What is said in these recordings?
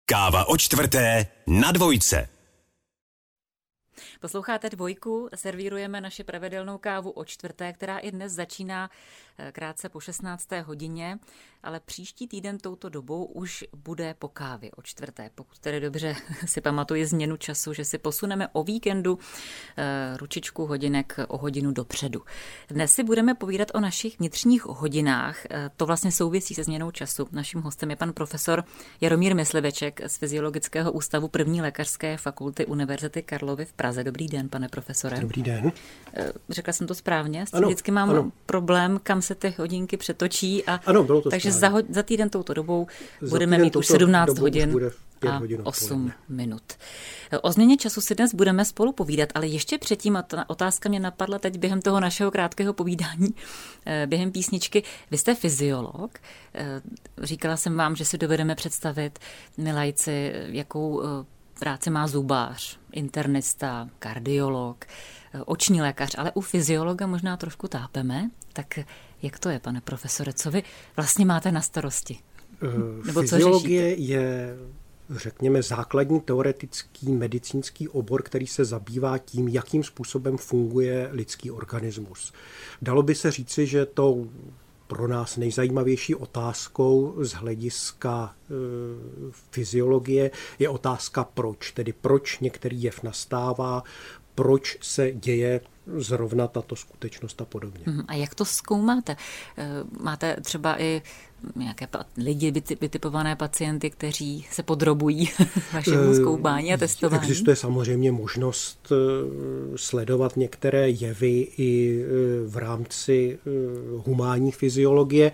Káva o čtvrté na Dvojce. Posloucháte Dvojku, servírujeme naši pravidelnou kávu o čtvrté, která i dnes začíná krátce po 16. hodině, ale příští týden touto dobou už bude po kávě o čtvrté. Pokud tedy dobře si pamatuji změnu času, že si posuneme o víkendu ručičku hodinek o hodinu dopředu. Dnes si budeme povídat o našich vnitřních hodinách. To vlastně souvisí se změnou času. Naším hostem je pan profesor Jaromír Mysliveček z Fyziologického ústavu první lékařské fakulty Univerzity Karlovy v Praze. Dobrý den, pane profesore. Dobrý den. Řekla jsem to správně? Ano, vždycky mám ano. Problém, kam se ty hodinky přetočí. Ano, bylo to takže za týden touto dobou za budeme mít už 17 hodin a 8 minut. O změně času si dnes budeme spolu povídat, ale ještě předtím, a ta otázka mě napadla teď během toho našeho krátkého povídání, během písničky. Vy jste fyziolog. Říkala jsem vám, že si dovedeme představit, milajci, jakou práci má zubář, internista, kardiolog, oční lékař, ale u fyziologa možná trošku tápeme. Tak jak to je, pane profesore? Co vy vlastně máte na starosti? Nebo fyziologie je, řekněme, základní teoretický medicínský obor, který se zabývá tím, jakým způsobem funguje lidský organismus. Dalo by se říci, že to pro nás nejzajímavější otázkou z hlediska fyziologie je otázka proč. Tedy proč některý jev nastává, proč se děje zrovna tato skutečnost a podobně. A jak to zkoumáte? Máte třeba i nějaké lidi, vytipované pacienty, kteří se podrobují vašemu zkoumání a testování? Existuje samozřejmě možnost sledovat některé jevy i v rámci humánní fyziologie.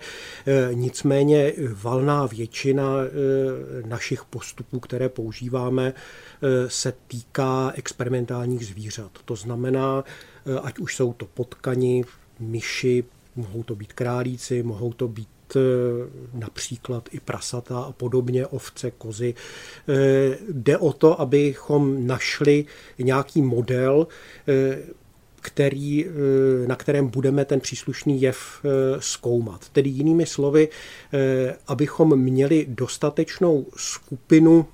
Nicméně valná většina našich postupů, které používáme, se týká experimentálních zvířat. To znamená, ať už jsou to potkani, myši, mohou to být králíci, mohou to být například i prasata a podobně, ovce, kozy. Jde o to, abychom našli nějaký model, na kterém budeme ten příslušný jev zkoumat. Tedy jinými slovy, abychom měli dostatečnou skupinu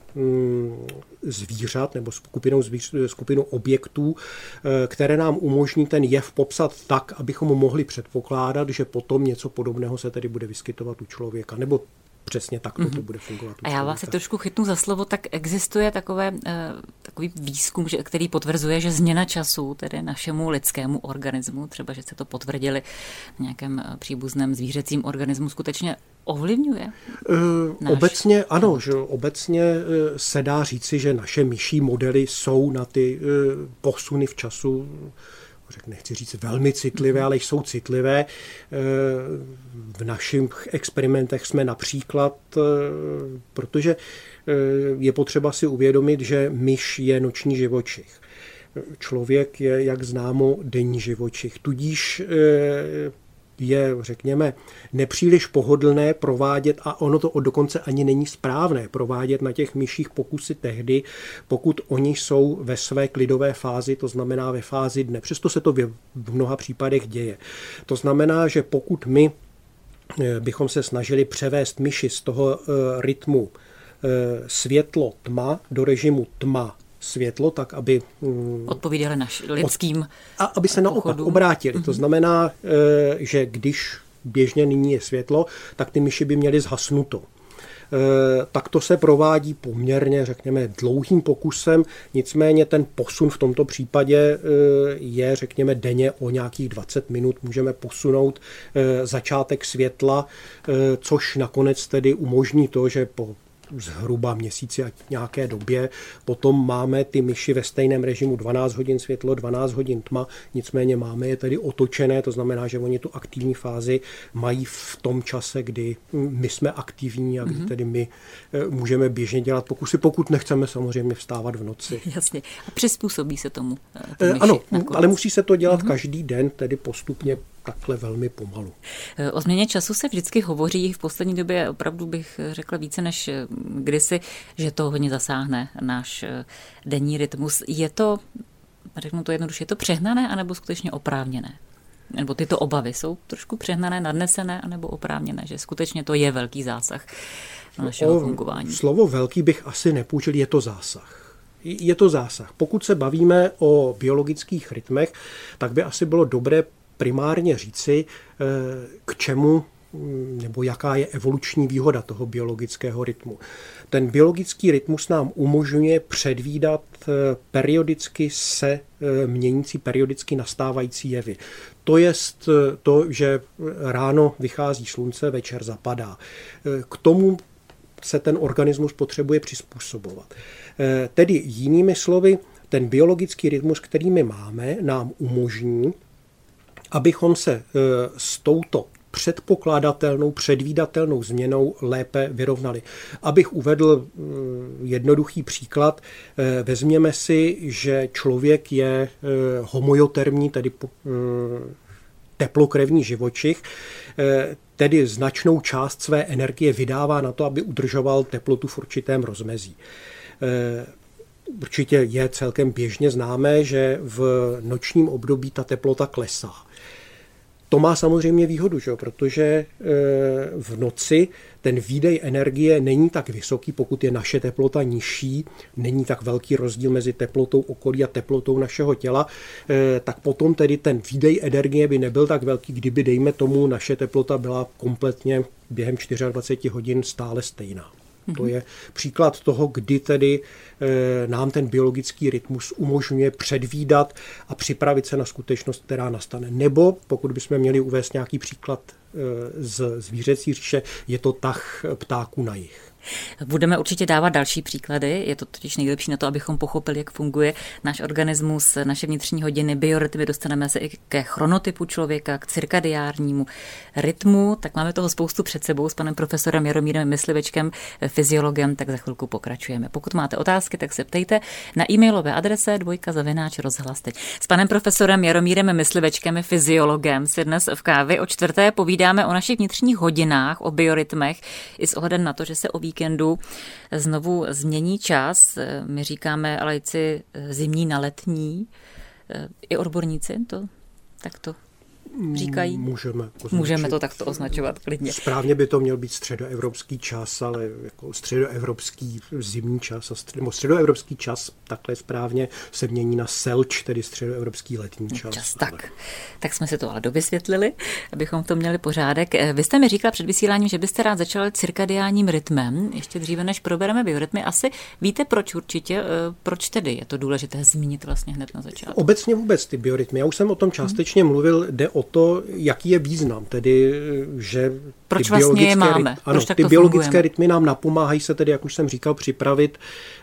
zvířat nebo skupinu objektů, které nám umožní ten jev popsat tak, abychom mohli předpokládat, že potom něco podobného se tedy bude vyskytovat u člověka, nebo přesně tak to bude fungovat. A já vás se trošku chytnu za slovo, tak existuje takový výzkum, který potvrzuje, že změna času, tedy našemu lidskému organismu, třeba, že jste to potvrdili v nějakém příbuzném zvířecím organismu, skutečně ovlivňuje? Obecně ano, že obecně se dá říci, že naše myší modely jsou na ty posuny v času, nechci říct velmi citlivé, ale jsou citlivé. V našich experimentech jsme například, protože je potřeba si uvědomit, že myš je noční živočich. Člověk je, jak známo, denní živočich. Tudíž je, řekněme, nepříliš pohodlné provádět, a ono to dokonce ani není správné, provádět na těch myších pokusy tehdy, pokud oni jsou ve své klidové fázi, to znamená ve fázi dne. Přesto se to v mnoha případech děje. To znamená, že pokud my bychom se snažili převést myši z toho rytmu světlo tma do režimu tma světlo, tak aby odpovídali lidským a aby se naopak obrátili. To znamená, že když běžně nyní je světlo, tak ty myši by měly zhasnuto. Tak to se provádí poměrně, řekněme, dlouhým pokusem, nicméně ten posun v tomto případě je, řekněme, denně o nějakých 20 minut. Můžeme posunout začátek světla, což nakonec tedy umožní to, že po zhruba měsíci a nějaké době potom máme ty myši ve stejném režimu 12 hodin světlo, 12 hodin tma, nicméně máme je tedy otočené, to znamená, že oni tu aktivní fázi mají v tom čase, kdy my jsme aktivní a kdy tedy my můžeme běžně dělat pokusy, pokud nechceme samozřejmě vstávat v noci. Jasně. A přizpůsobí se tomu ano, ale musí se to dělat každý den, tedy postupně takhle velmi pomalu. O změně času se vždycky hovoří v poslední době, opravdu bych řekla více než kdysi, že to hodně zasáhne náš denní rytmus. Je to, řeknu to jednoduše, je to přehnané anebo skutečně oprávněné? nebo tyto obavy jsou trošku přehnané, nadnesené, anebo oprávněné, že skutečně to je velký zásah na našeho fungování? Slovo velký bych asi nepoužil, je to zásah. Je to zásah. Pokud se bavíme o biologických rytmech, tak by asi bylo dobré primárně říci, k čemu nebo jaká je evoluční výhoda toho biologického rytmu. Ten biologický rytmus nám umožňuje předvídat periodicky se měnící, periodicky nastávající jevy. To je to, že ráno vychází slunce, večer zapadá. K tomu se ten organismus potřebuje přizpůsobovat. Tedy jinými slovy, ten biologický rytmus, který my máme, nám umožní, abychom se s touto předpokládatelnou, předvídatelnou změnou lépe vyrovnali. Abych uvedl jednoduchý příklad, vezměme si, že člověk je homoiotermní, tedy teplokrevný živočich, tedy značnou část své energie vydává na to, aby udržoval teplotu v určitém rozmezí. Určitě je celkem běžně známé, že v nočním období ta teplota klesá. To má samozřejmě výhodu, že? Protože v noci ten výdej energie není tak vysoký, pokud je naše teplota nižší, není tak velký rozdíl mezi teplotou okolí a teplotou našeho těla, tak potom tedy ten výdej energie by nebyl tak velký, kdyby, dejme tomu, naše teplota byla kompletně během 24 hodin stále stejná. To je příklad toho, kdy tedy nám ten biologický rytmus umožňuje předvídat a připravit se na skutečnost, která nastane. Nebo, pokud bychom měli uvést nějaký příklad z zvířecí říše, je to tah ptáků na jih. Budeme určitě dávat další příklady, je to totiž nejlepší na to, abychom pochopili, jak funguje náš organismus, naše vnitřní hodiny, biorytmy, dostaneme se i ke chronotypu člověka, k cirkadiárnímu rytmu, tak máme toho spoustu před sebou s panem profesorem Jaromírem Myslivečkem, fyziologem, tak za chvilku pokračujeme. Pokud máte otázky, tak se ptejte na e-mailové adrese dvojka@rozhlas.cz. S panem profesorem Jaromírem Myslivečkem, fyziologem, si dnes v Kávi o čtvrté povídáme o našich vnitřních hodinách, o biorytmech, i s ohledem na to, že se o víkendu znovu změní čas. My říkáme laici zimní na letní. I odborníci to takto říkají? Můžeme to takto označovat klidně. Správně by to měl být středoevropský čas, ale jako středoevropský zimní čas, nebo středoevropský čas takhle správně se mění na selč, tedy středoevropský letní čas. Tak jsme si to ale dovysvětlili, abychom v tom měli pořádek. Vy jste mi říkala před vysíláním, že byste rád začal cirkadiánním rytmem, ještě dříve, než probereme biorytmy. Asi víte, proč určitě, proč tedy je to důležité zmínit vlastně hned na začátku? Obecně vůbec ty biorytmy. Já už jsem o tom částečně mluvil, jde o to, jaký je význam, tedy, že proč vlastně je máme? Ty biologické rytmy nám napomáhají se tedy, jak už jsem říkal, připravit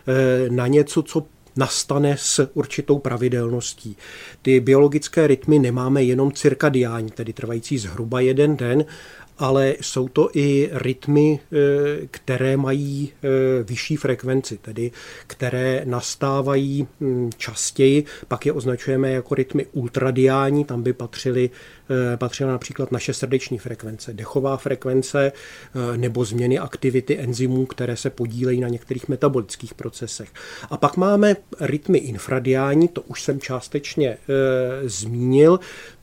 na něco, co nastane s určitou pravidelností. Ty biologické rytmy nemáme jenom cirkadiální, tedy trvající zhruba jeden den, ale jsou to i rytmy, které mají vyšší frekvenci, tedy které nastávají častěji, pak je označujeme jako rytmy ultradiální, tam by patřila například naše srdeční frekvence, dechová frekvence nebo změny aktivity enzymů, které se podílejí na některých metabolických procesech. A pak máme rytmy infradiální, to už jsem částečně zmínil,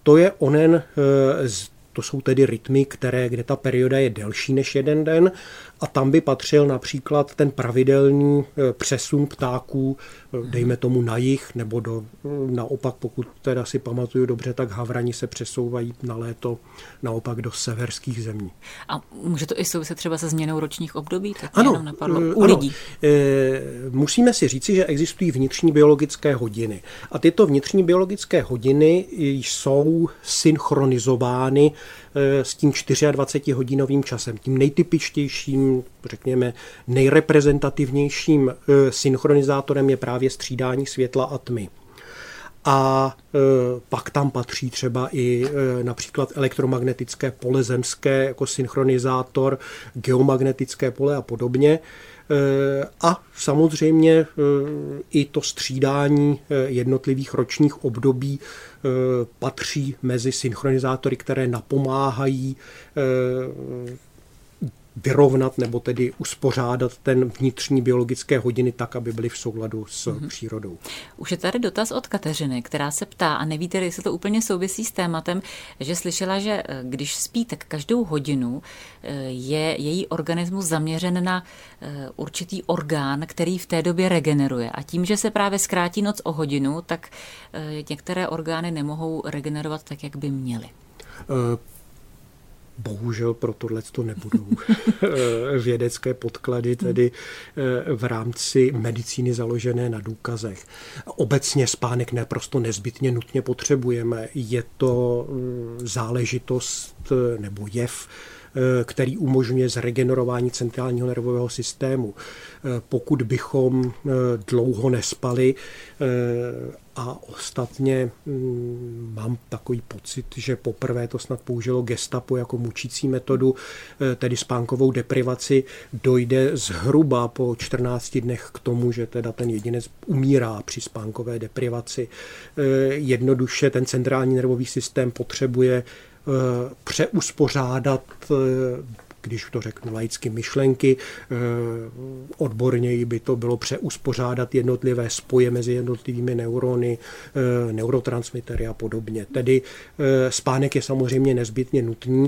to jsou tedy rytmy, kde ta perioda je delší než jeden den a tam by patřil například ten pravidelný přesun ptáků, dejme tomu na jih, nebo naopak, pokud teda si pamatuju dobře, tak havrani se přesouvají na léto naopak do severských zemí. A může to i souviset třeba se změnou ročních období? Tak ano, jenom napadlo u lidí. Musíme si říci, že existují vnitřní biologické hodiny. A tyto vnitřní biologické hodiny jsou synchronizovány s tím 24-hodinovým časem. Tím nejtypičtějším, řekněme, nejreprezentativnějším synchronizátorem je právě střídání světla a tmy. A pak tam patří třeba i například elektromagnetické pole zemské jako synchronizátor, geomagnetické pole a podobně. A samozřejmě i to střídání jednotlivých ročních období patří mezi synchronizátory, které napomáhají vyrovnat nebo tedy uspořádat ten vnitřní biologické hodiny tak, aby byly v souladu s přírodou. Už je tady dotaz od Kateřiny, která se ptá, a nevíte, jestli to úplně souvisí s tématem, že slyšela, že když spí, tak každou hodinu je její organismus zaměřen na určitý orgán, který v té době regeneruje. A tím, že se právě zkrátí noc o hodinu, tak některé orgány nemohou regenerovat tak, jak by měly. Bohužel pro tohleto nebudou vědecké podklady, tedy v rámci medicíny založené na důkazech. Obecně spánek naprosto nezbytně nutně potřebujeme. Je to záležitost nebo jev, který umožňuje zregenerování centrálního nervového systému. Pokud bychom dlouho nespali, a ostatně mám takový pocit, že poprvé to snad použilo gestapo jako mučící metodu, tedy spánkovou deprivaci, dojde zhruba po 14 dnech k tomu, že teda ten jedinec umírá při spánkové deprivaci. Jednoduše ten centrální nervový systém potřebuje přeuspořádat, když to řeknu laicky, myšlenky, odborněji by to bylo přeuspořádat jednotlivé spoje mezi jednotlivými neurony, neurotransmitery a podobně. Tedy spánek je samozřejmě nezbytně nutný.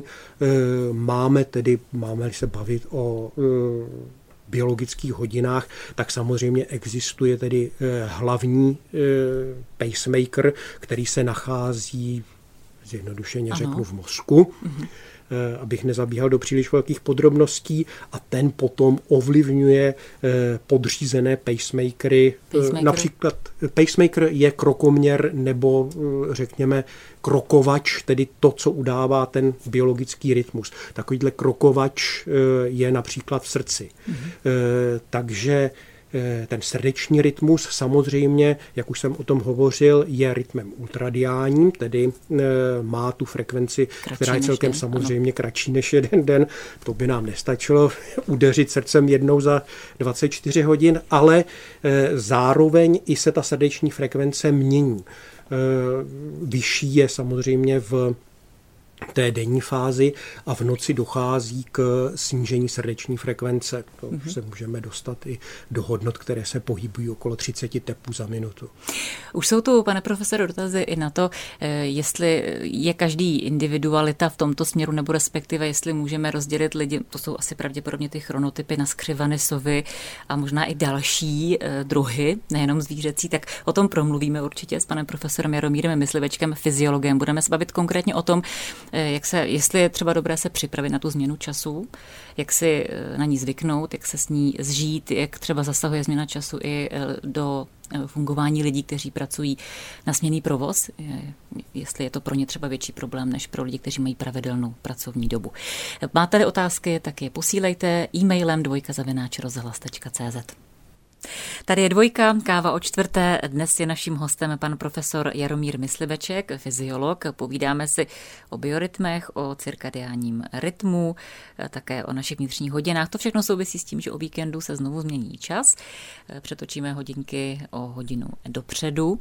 Máme se bavit o biologických hodinách, tak samozřejmě existuje tedy hlavní pacemaker, který se nachází, zjednodušeně řeknu, v mozku, abych nezabíhal do příliš velkých podrobností, a ten potom ovlivňuje podřízené pacemakery. Například pacemaker je krokoměr nebo řekněme krokovač, tedy to, co udává ten biologický rytmus. Takovýhle krokovač je například v srdci. Takže ten srdeční rytmus samozřejmě, jak už jsem o tom hovořil, je rytmem ultradiálním, tedy má tu frekvenci, která je celkem samozřejmě kratší než jeden den. To by nám nestačilo udeřit srdcem jednou za 24 hodin, ale zároveň i se ta srdeční frekvence mění. Vyšší je samozřejmě v té denní fázi a v noci dochází k snížení srdeční frekvence. To se můžeme dostat i do hodnot, které se pohybují okolo 30 tepů za minutu. Už jsou tu, pane profesore, dotazy i na to, jestli je každý individualita v tomto směru, nebo respektive jestli můžeme rozdělit lidi, to jsou asi pravděpodobně ty chronotypy na skřivany, sovy a možná i další druhy, nejenom zvířecí, tak o tom promluvíme určitě s panem profesorem Jaromírem Myslivečkem, fyziologem. Budeme se bavit konkrétně o tom, jestli je třeba dobré se připravit na tu změnu času, jak si na ní zvyknout, jak se s ní zžít, jak třeba zasahuje změna času i do fungování lidí, kteří pracují na směnný provoz, jestli je to pro ně třeba větší problém než pro lidi, kteří mají pravidelnou pracovní dobu. Máte-li otázky, tak je posílejte e-mailem dvojka@rozhlas.cz. Tady je Dvojka, káva o čtvrté. Dnes je naším hostem pan profesor Jaromír Mysliveček, fyziolog. Povídáme si o biorytmech, o cirkadiánním rytmu, také o našich vnitřních hodinách. To všechno souvisí s tím, že o víkendu se znovu změní čas. Přetočíme hodinky o hodinu dopředu.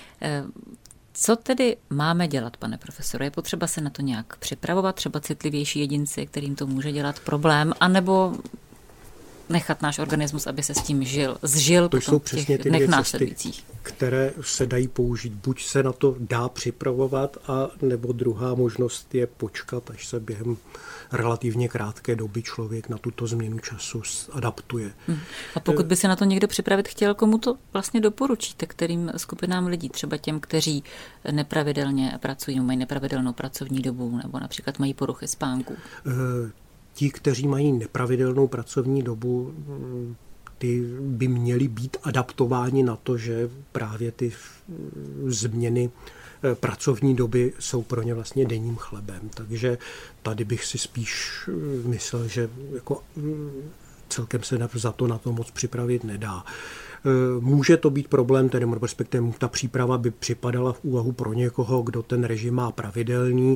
Co tedy máme dělat, pane profesore? Je potřeba se na to nějak připravovat, třeba citlivější jedinci, kterým to může dělat problém, anebo nechat náš organismus, aby se s tím zžil to jsou přesně ty dvě cesty, které se dají použít. Buď se na to dá připravovat, a nebo druhá možnost je počkat, až se během relativně krátké doby člověk na tuto změnu času adaptuje. A pokud by se na to někdo připravit chtěl, komu to vlastně doporučíte, kterým skupinám lidí, třeba těm, kteří nepravidelně pracují, mají nepravidelnou pracovní dobu, nebo například mají poruchy spánku? Ti, kteří mají nepravidelnou pracovní dobu, ty by měli být adaptováni na to, že právě ty změny pracovní doby jsou pro ně vlastně denním chlebem. Takže tady bych si spíš myslel, že jako celkem se za to na to moc připravit nedá. Může to být problém, tedy respektive ta příprava by připadala v úvahu pro někoho, kdo ten režim má pravidelný.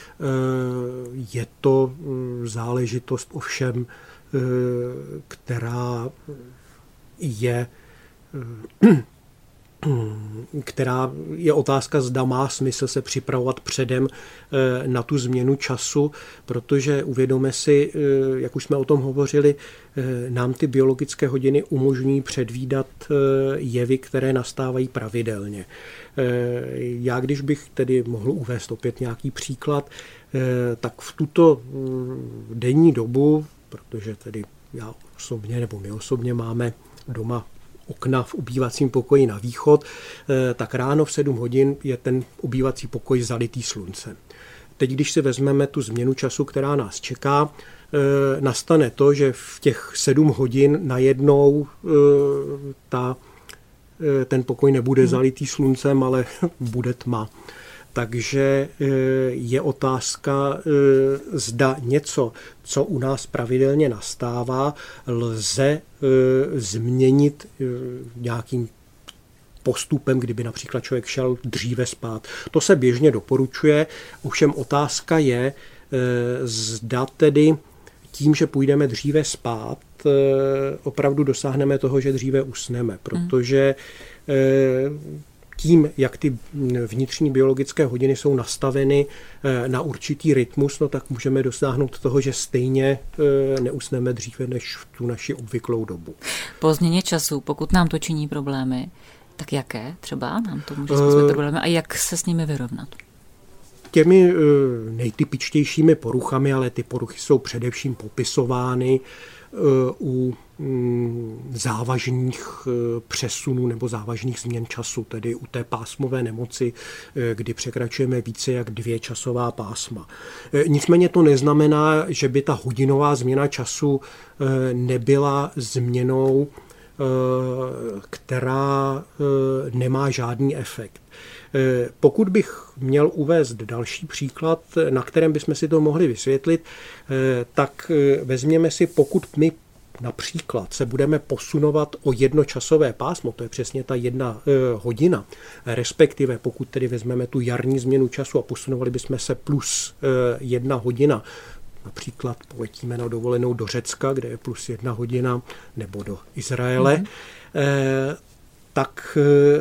Je to záležitost ovšem, která je která je otázka, zda má smysl se připravovat předem na tu změnu času, protože uvědomme si, jak už jsme o tom hovořili, nám ty biologické hodiny umožňují předvídat jevy, které nastávají pravidelně. Já, když bych tedy mohl uvést opět nějaký příklad, tak v tuto denní dobu, protože tedy já osobně nebo my osobně máme doma okna v obývacím pokoji na východ, tak ráno v 7 hodin je ten obývací pokoj zalitý sluncem. Teď, když si vezmeme tu změnu času, která nás čeká, nastane to, že v těch 7 hodin najednou ten pokoj nebude zalitý sluncem, ale bude tma. Takže je otázka, zda něco, co u nás pravidelně nastává, lze změnit nějakým postupem, kdyby například člověk šel dříve spát. To se běžně doporučuje, ovšem otázka je, zda tedy tím, že půjdeme dříve spát, opravdu dosáhneme toho, že dříve usneme, protože tím, jak ty vnitřní biologické hodiny jsou nastaveny na určitý rytmus, no tak můžeme dosáhnout toho, že stejně neusneme dříve než v tu naši obvyklou dobu. Po změně času, pokud nám to činí problémy, tak jaké třeba nám to může způsobit problémy a jak se s nimi vyrovnat? Těmi nejtypičtějšími poruchami, ale ty poruchy jsou především popisovány u závažných přesunů nebo závažných změn času, tedy u té pásmové nemoci, kdy překračujeme více jak 2 časová pásma. Nicméně to neznamená, že by ta hodinová změna času nebyla změnou, která nemá žádný efekt. Pokud bych měl uvést další příklad, na kterém bychom si to mohli vysvětlit, tak vezměme si, pokud my například se budeme posunovat o 1 časové pásmo, to je přesně ta 1 hodina, respektive pokud tedy vezmeme tu jarní změnu času a posunovali bychom se plus 1 hodina, například poletíme na dovolenou do Řecka, kde je plus 1 hodina, nebo do Izraele, tak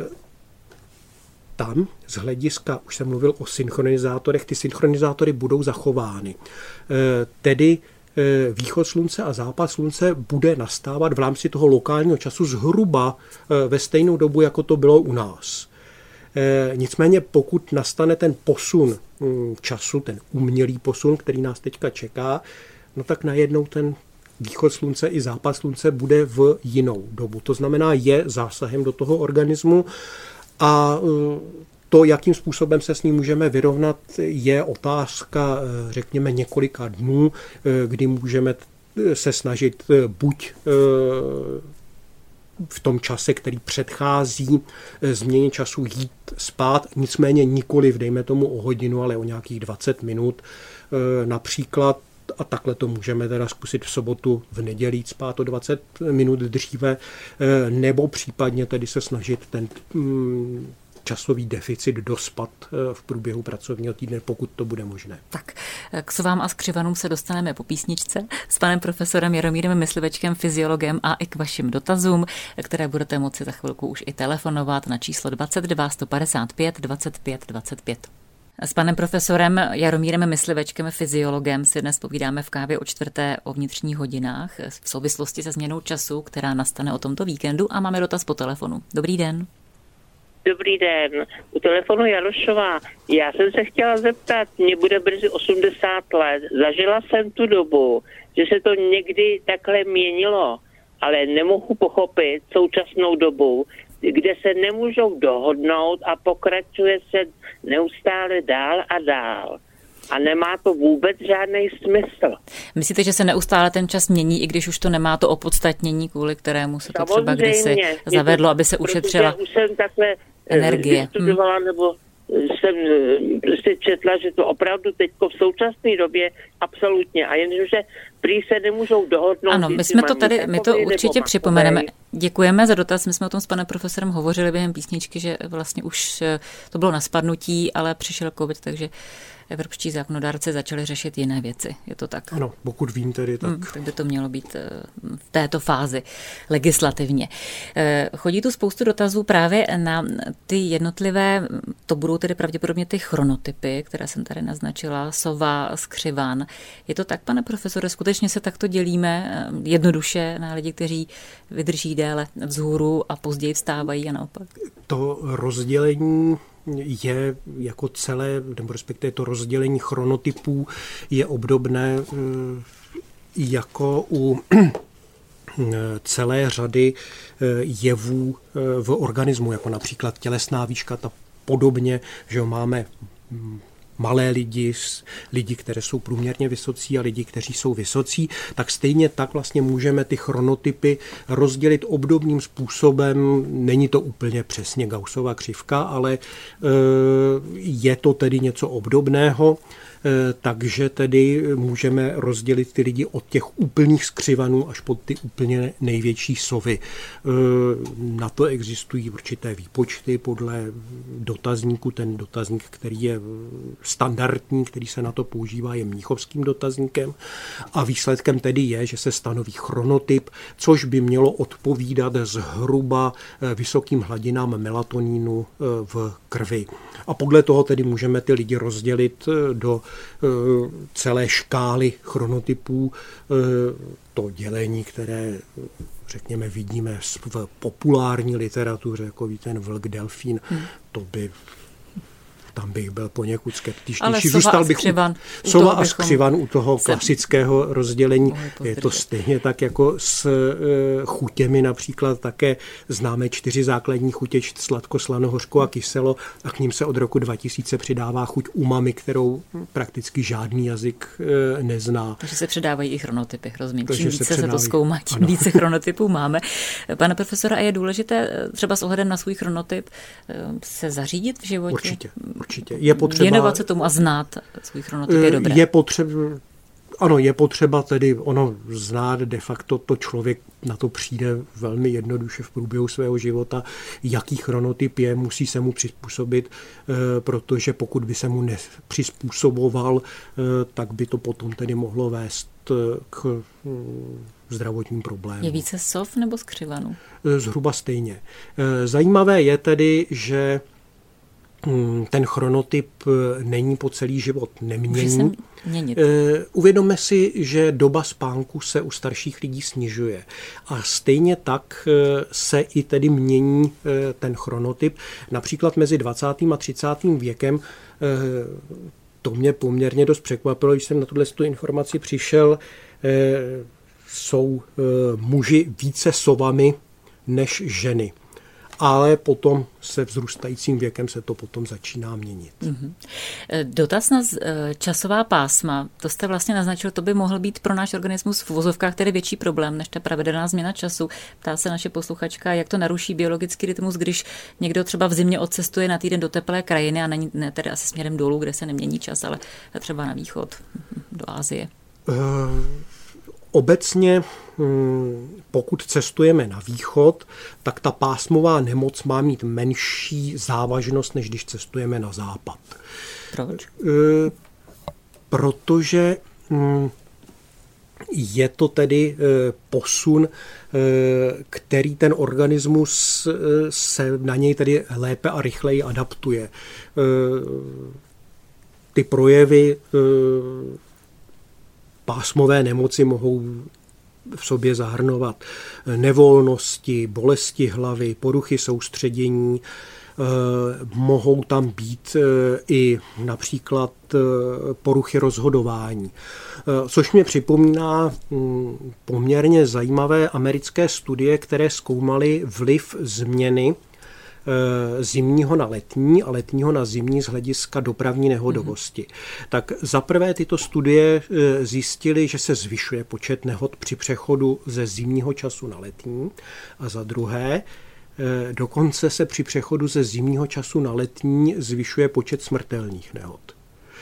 tam z hlediska, už jsem mluvil o synchronizátorech, ty synchronizátory budou zachovány. Tedy východ slunce a západ slunce bude nastávat v rámci toho lokálního času zhruba ve stejnou dobu, jako to bylo u nás. Nicméně pokud nastane ten posun času, ten umělý posun, který nás teďka čeká, no tak najednou ten východ slunce i západ slunce bude v jinou dobu. To znamená, je zásahem do toho organismu a to, jakým způsobem se s ním můžeme vyrovnat, je otázka, řekněme, několika dnů, kdy můžeme se snažit buď v tom čase, který předchází změně času, jít spát, nicméně nikoliv, dejme tomu o hodinu, ale o nějakých 20 minut například, a takhle to můžeme teda zkusit v sobotu, v neděli jít spát o 20 minut dříve, nebo případně tedy se snažit ten časový deficit dospat v průběhu pracovního týdne, pokud to bude možné. Tak, k sovám a skřivanům se dostaneme po písničce s panem profesorem Jaromírem Myslivečkem, fyziologem, a i k vašim dotazům, které budete moci za chvilku už i telefonovat na číslo 22 155 25 25. S panem profesorem Jaromírem Myslivečkem, fyziologem, si dnes povídáme v kávě o 4. o vnitřních hodinách v souvislosti se změnou času, která nastane o tomto víkendu, a máme dotaz po telefonu. Dobrý den. Dobrý den, u telefonu Jarošová. Já jsem se chtěla zeptat, mně bude brzy 80 let. Zažila jsem tu dobu, že se to někdy takhle měnilo, ale nemohu pochopit současnou dobu, kde se nemůžou dohodnout a pokračuje se neustále dál a dál. A nemá to vůbec žádný smysl. Myslíte, že se neustále ten čas mění, i když už to nemá to opodstatnění, kvůli kterému se to třeba kdysi zavedlo, aby se ušetřila už jsem takhle energie. Studovala, nebo jsem prostě četla, že to opravdu teď v současné době absolutně. A jenže prý se nemůžou dohodnout. Ano, my to určitě připomeneme. Děkujeme za dotaz. My jsme o tom s panem profesorem hovořili během písničky, že vlastně už to bylo na spadnutí, ale přišel covid, takže evropští zákonodárci začali řešit jiné věci. Je to tak? Ano, pokud vím tedy, tak... Tak by to mělo být v této fázi legislativně. Chodí tu spoustu dotazů právě na ty jednotlivé, to budou tedy pravděpodobně ty chronotypy, které jsem tady naznačila, sova, skřivan. Je to tak, pane profesore, skutečně se takto dělíme jednoduše na lidi, kteří vydrží déle vzhůru a později vstávají a naopak? To rozdělení je jako celé, nebo respektive to rozdělení chronotypů je obdobné jako u celé řady jevů v organismu, jako například tělesná výška, ta podobně, že máme malé lidi, které jsou průměrně vysocí a lidi, kteří jsou vysocí, tak stejně tak vlastně můžeme ty chronotypy rozdělit obdobným způsobem. Není to úplně přesně Gaussova křivka, ale je to tedy něco obdobného. Takže tedy můžeme rozdělit ty lidi od těch úplných skřivanů až po ty úplně největší sovy. Na to existují určité výpočty podle dotazníku. Ten dotazník, který je standardní, který se na to používá, je mnichovským dotazníkem. A výsledkem tedy je, že se stanoví chronotyp, což by mělo odpovídat zhruba vysokým hladinám melatonínu v krvi. A podle toho tedy můžeme ty lidi rozdělit do celé škály chronotypů. To dělení, které, řekněme, vidíme v populární literatuře, jako ten vlk delfín, tam bych byl poněkud skeptičtější. Ale sova a skřivan u toho klasického rozdělení je to stejně tak jako s chutěmi například. Také známe 4 základní chutě, sladko, slano, hořko a kyselo, a k ním se od roku 2000 přidává chuť umami, kterou prakticky žádný jazyk nezná. Takže se přidávají i chronotypy, rozumím. Čím více se to zkoumá, tím více chronotypů máme. Pane profesora, a je důležité třeba s ohledem na svůj chronotyp se zařídit v životě? Určitě. Je potřeba věnovat se tomu a znát svůj chronotyp je dobré. Je potřeba tedy znát de facto, to člověk na to přijde velmi jednoduše v průběhu svého života, jaký chronotyp je, musí se mu přizpůsobit, protože pokud by se mu nepřizpůsoboval, tak by to potom tedy mohlo vést k zdravotním problémům. Je více sov nebo skřivanů? Zhruba stejně. Zajímavé je tedy, že ten chronotyp není po celý život neměnný. Uvědomme si, že doba spánku se u starších lidí snižuje. A stejně tak se i tedy mění ten chronotyp. Například mezi 20. a 30. věkem, to mě poměrně dost překvapilo, když jsem na tuto informaci přišel, jsou muži více sovami než ženy. Ale potom se vzrůstajícím věkem se to potom začíná měnit. Dotaz na časová pásma, to jste vlastně naznačil, to by mohl být pro náš organismus v uvozovkách tedy větší problém než ta pravidelná změna času. Ptá se naše posluchačka, jak to naruší biologický rytmus, když někdo třeba v zimě odcestuje na týden do teplé krajiny a není tedy asi směrem dolů, kde se nemění čas, ale třeba na východ, do Asie. Obecně, pokud cestujeme na východ, tak ta pásmová nemoc má mít menší závažnost, než když cestujeme na západ. Proč? Protože je to tedy posun, který ten organismus se na něj tedy lépe a rychleji adaptuje. Ty projevy pásmové nemoci mohou v sobě zahrnovat nevolnosti, bolesti hlavy, poruchy soustředění, mohou tam být i například poruchy rozhodování. Což mě připomíná poměrně zajímavé americké studie, které zkoumaly vliv změny zimního na letní a letního na zimní z hlediska dopravní nehodovosti. Tak zaprvé tyto studie zjistily, že se zvyšuje počet nehod při přechodu ze zimního času na letní, a za druhé dokonce se při přechodu ze zimního času na letní zvyšuje počet smrtelných nehod.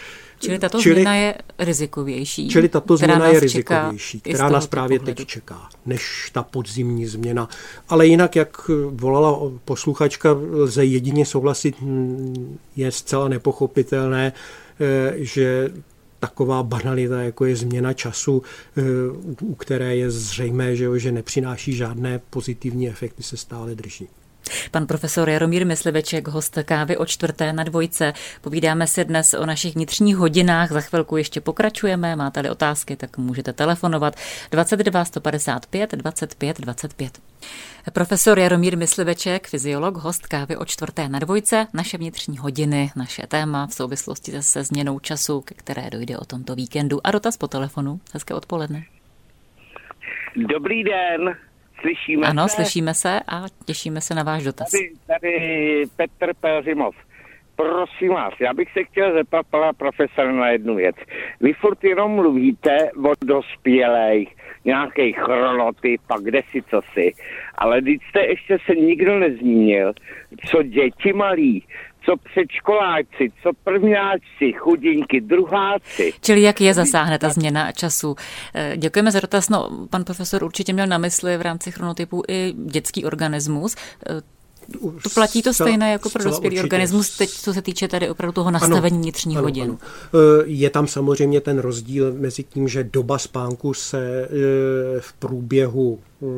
Čili tato změna je rizikovější. Čili tato změna je rizikovější, která nás právě teď čeká, než ta podzimní změna. Ale jinak, jak volala posluchačka, lze jedině souhlasit, je zcela nepochopitelné, že taková banalita, jako je změna času, u které je zřejmé, že nepřináší žádné pozitivní efekty, se stále drží. Pan profesor Jaromír Mysliveček, host Kávy o 4. na Dvojce. Povídáme si dnes o našich vnitřních hodinách. Za chvilku ještě pokračujeme. Máte-li otázky, tak můžete telefonovat 22 155 25 25. Profesor Jaromír Mysliveček, fyziolog, host Kávy o 4. na Dvojce. Naše vnitřní hodiny, naše téma v souvislosti se změnou času, ke které dojde o tomto víkendu. A dotaz po telefonu. Hezké odpoledne. Dobrý den. Slyšíme ano, se? Slyšíme se a těšíme se na váš dotaz. Tady Petr Pelřimov. Prosím vás, já bych se chtěl zeptat pana profesora na jednu věc. Vy furt jenom mluvíte o dospělých, nějaký chronotyp a kdesi cosi, ale když jste ještě se nikdo nezmínil, co děti malí, co předškoláci, co prvňáčci, chudinky, druháci. Čili jak je zasáhne ta změna času? Děkujeme za dotaz. No, pan profesor určitě měl na mysli v rámci chronotypu i dětský organismus. To platí to stejné jako pro dospělý organismus, teď co se týče tady opravdu toho nastavení vnitřních hodin. Ano. Je tam samozřejmě ten rozdíl mezi tím, že doba spánku se v průběhu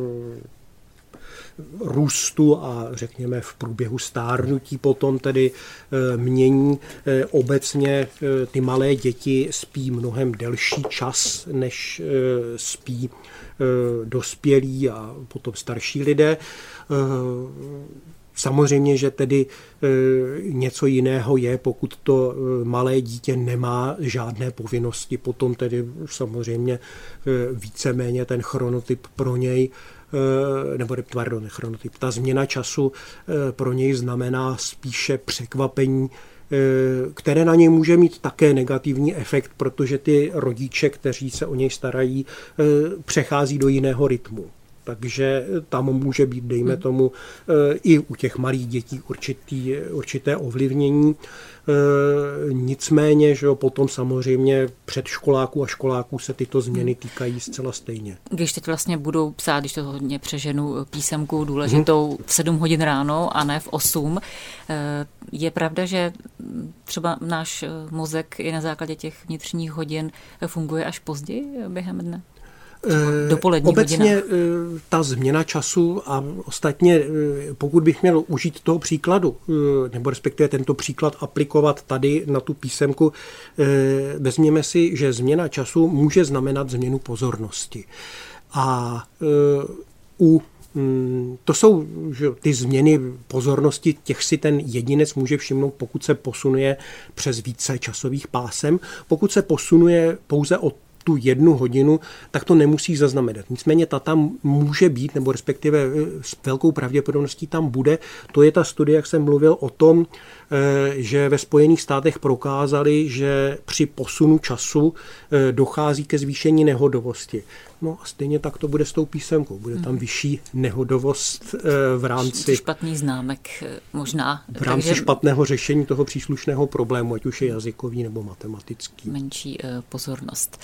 růstu a řekněme v průběhu stárnutí potom tedy mění. Obecně ty malé děti spí mnohem delší čas, než spí dospělí a potom starší lidé. Samozřejmě, že tedy něco jiného je, pokud to malé dítě nemá žádné povinnosti, potom tedy samozřejmě víceméně ten chronotyp pro něj, nebo chronotyp, ta změna času pro něj znamená spíše překvapení, které na něj může mít také negativní efekt, protože ty rodiče, kteří se o něj starají, přechází do jiného rytmu. Takže tam může být, dejme tomu, i u těch malých dětí určité ovlivnění. Nicméně, že potom samozřejmě předškoláků a školáků se tyto změny týkají zcela stejně. Když teď vlastně budou psát, když to hodně přeženu, písemku důležitou v 7 hodin ráno a ne v 8, je pravda, že třeba náš mozek i na základě těch vnitřních hodin funguje až později během dne? Obecně ta změna času a ostatně, pokud bych měl užít toho příkladu, nebo respektive tento příklad aplikovat tady na tu písemku, vezměme si, že změna času může znamenat změnu pozornosti. A to jsou ty změny pozornosti, těch si ten jedinec může všimnout, pokud se posunuje přes více časových pásem. Pokud se posunuje pouze o tu 1 hodinu, tak to nemusí zaznamenat. Nicméně ta tam může být, nebo respektive s velkou pravděpodobností tam bude. To je ta studie, jak jsem mluvil o tom, že ve Spojených státech prokázali, že při posunu času dochází ke zvýšení nehodovosti. No a stejně tak to bude s tou písemkou. Bude tam vyšší nehodovost v rámci špatný známek možná. V rámci špatného řešení toho příslušného problému, ať už je jazykový nebo matematický. Menší pozornost.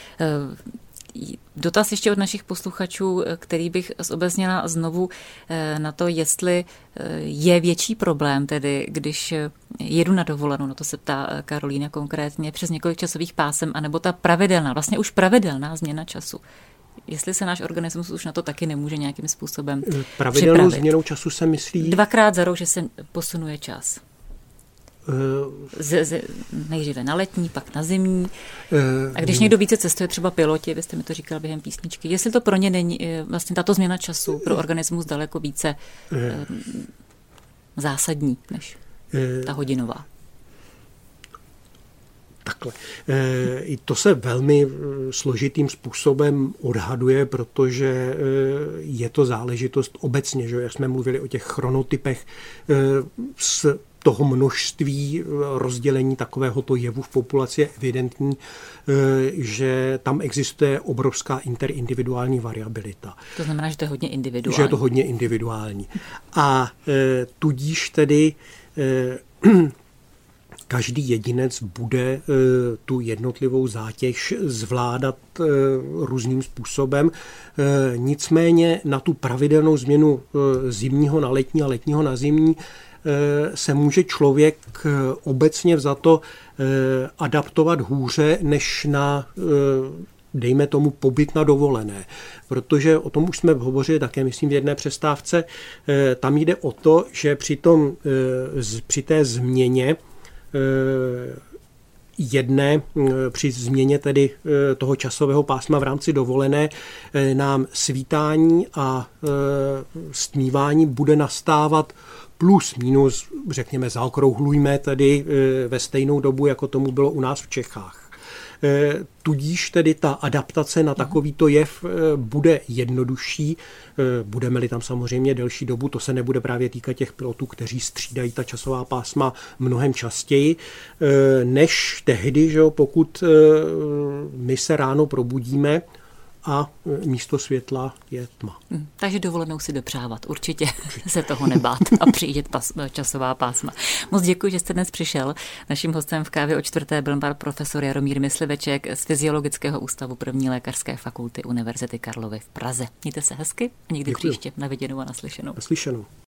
Dotaz ještě od našich posluchačů, který bych zobecnila znovu na to, jestli je větší problém, tedy když jedu na dovolenou, na to se ptá Karolína konkrétně, přes několik časových pásem, anebo ta pravidelná, vlastně už pravidelná změna času. Jestli se náš organismus už na to taky nemůže nějakým způsobem pravidelnou připravit. Změnou času se myslí? 2krát za rok, že se posunuje čas. Nejdříve na letní, pak na zimní. A když někdo více cestuje, třeba piloti, vy jste mi to říkal během písničky, jestli to pro ně není vlastně tato změna času pro organismus daleko více zásadní než ta hodinová. Takhle. I to se velmi složitým způsobem odhaduje, protože je to záležitost obecně, že jak jsme mluvili o těch chronotypech s toho množství rozdělení takovéhoto jevu v populaci je evidentní, že tam existuje obrovská interindividuální variabilita. To znamená, že to je hodně individuální. Že je to hodně individuální. A tudíž tedy každý jedinec bude tu jednotlivou zátěž zvládat různým způsobem. Nicméně na tu pravidelnou změnu zimního na letní a letního na zimní se může člověk obecně vzato adaptovat hůře než na, dejme tomu, pobyt na dovolené. Protože o tom už jsme hovořili také, myslím, v jedné přestávce. Tam jde o to, že při té změně při změně tedy toho časového pásma v rámci dovolené nám svítání a stmívání bude nastávat plus minus, řekněme, zaokrouhlujme tedy ve stejnou dobu, jako tomu bylo u nás v Čechách. Tudíž tedy ta adaptace na takovýto jev bude jednodušší. Budeme-li tam samozřejmě delší dobu, to se nebude právě týkat těch pilotů, kteří střídají ta časová pásma mnohem častěji, než tehdy, že pokud my se ráno probudíme a místo světla je tma. Takže dovolenou si dopřávat, určitě se toho nebát a přijíždět časová pásma. Moc děkuji, že jste dnes přišel. Naším hostem v Kávě o čtvrté byl pan profesor Jaromír Mysliveček z Fyziologického ústavu 1. lékařské fakulty Univerzity Karlovy v Praze. Mějte se hezky a někdy příště. Na viděnou a naslyšenou. Naslyšenou.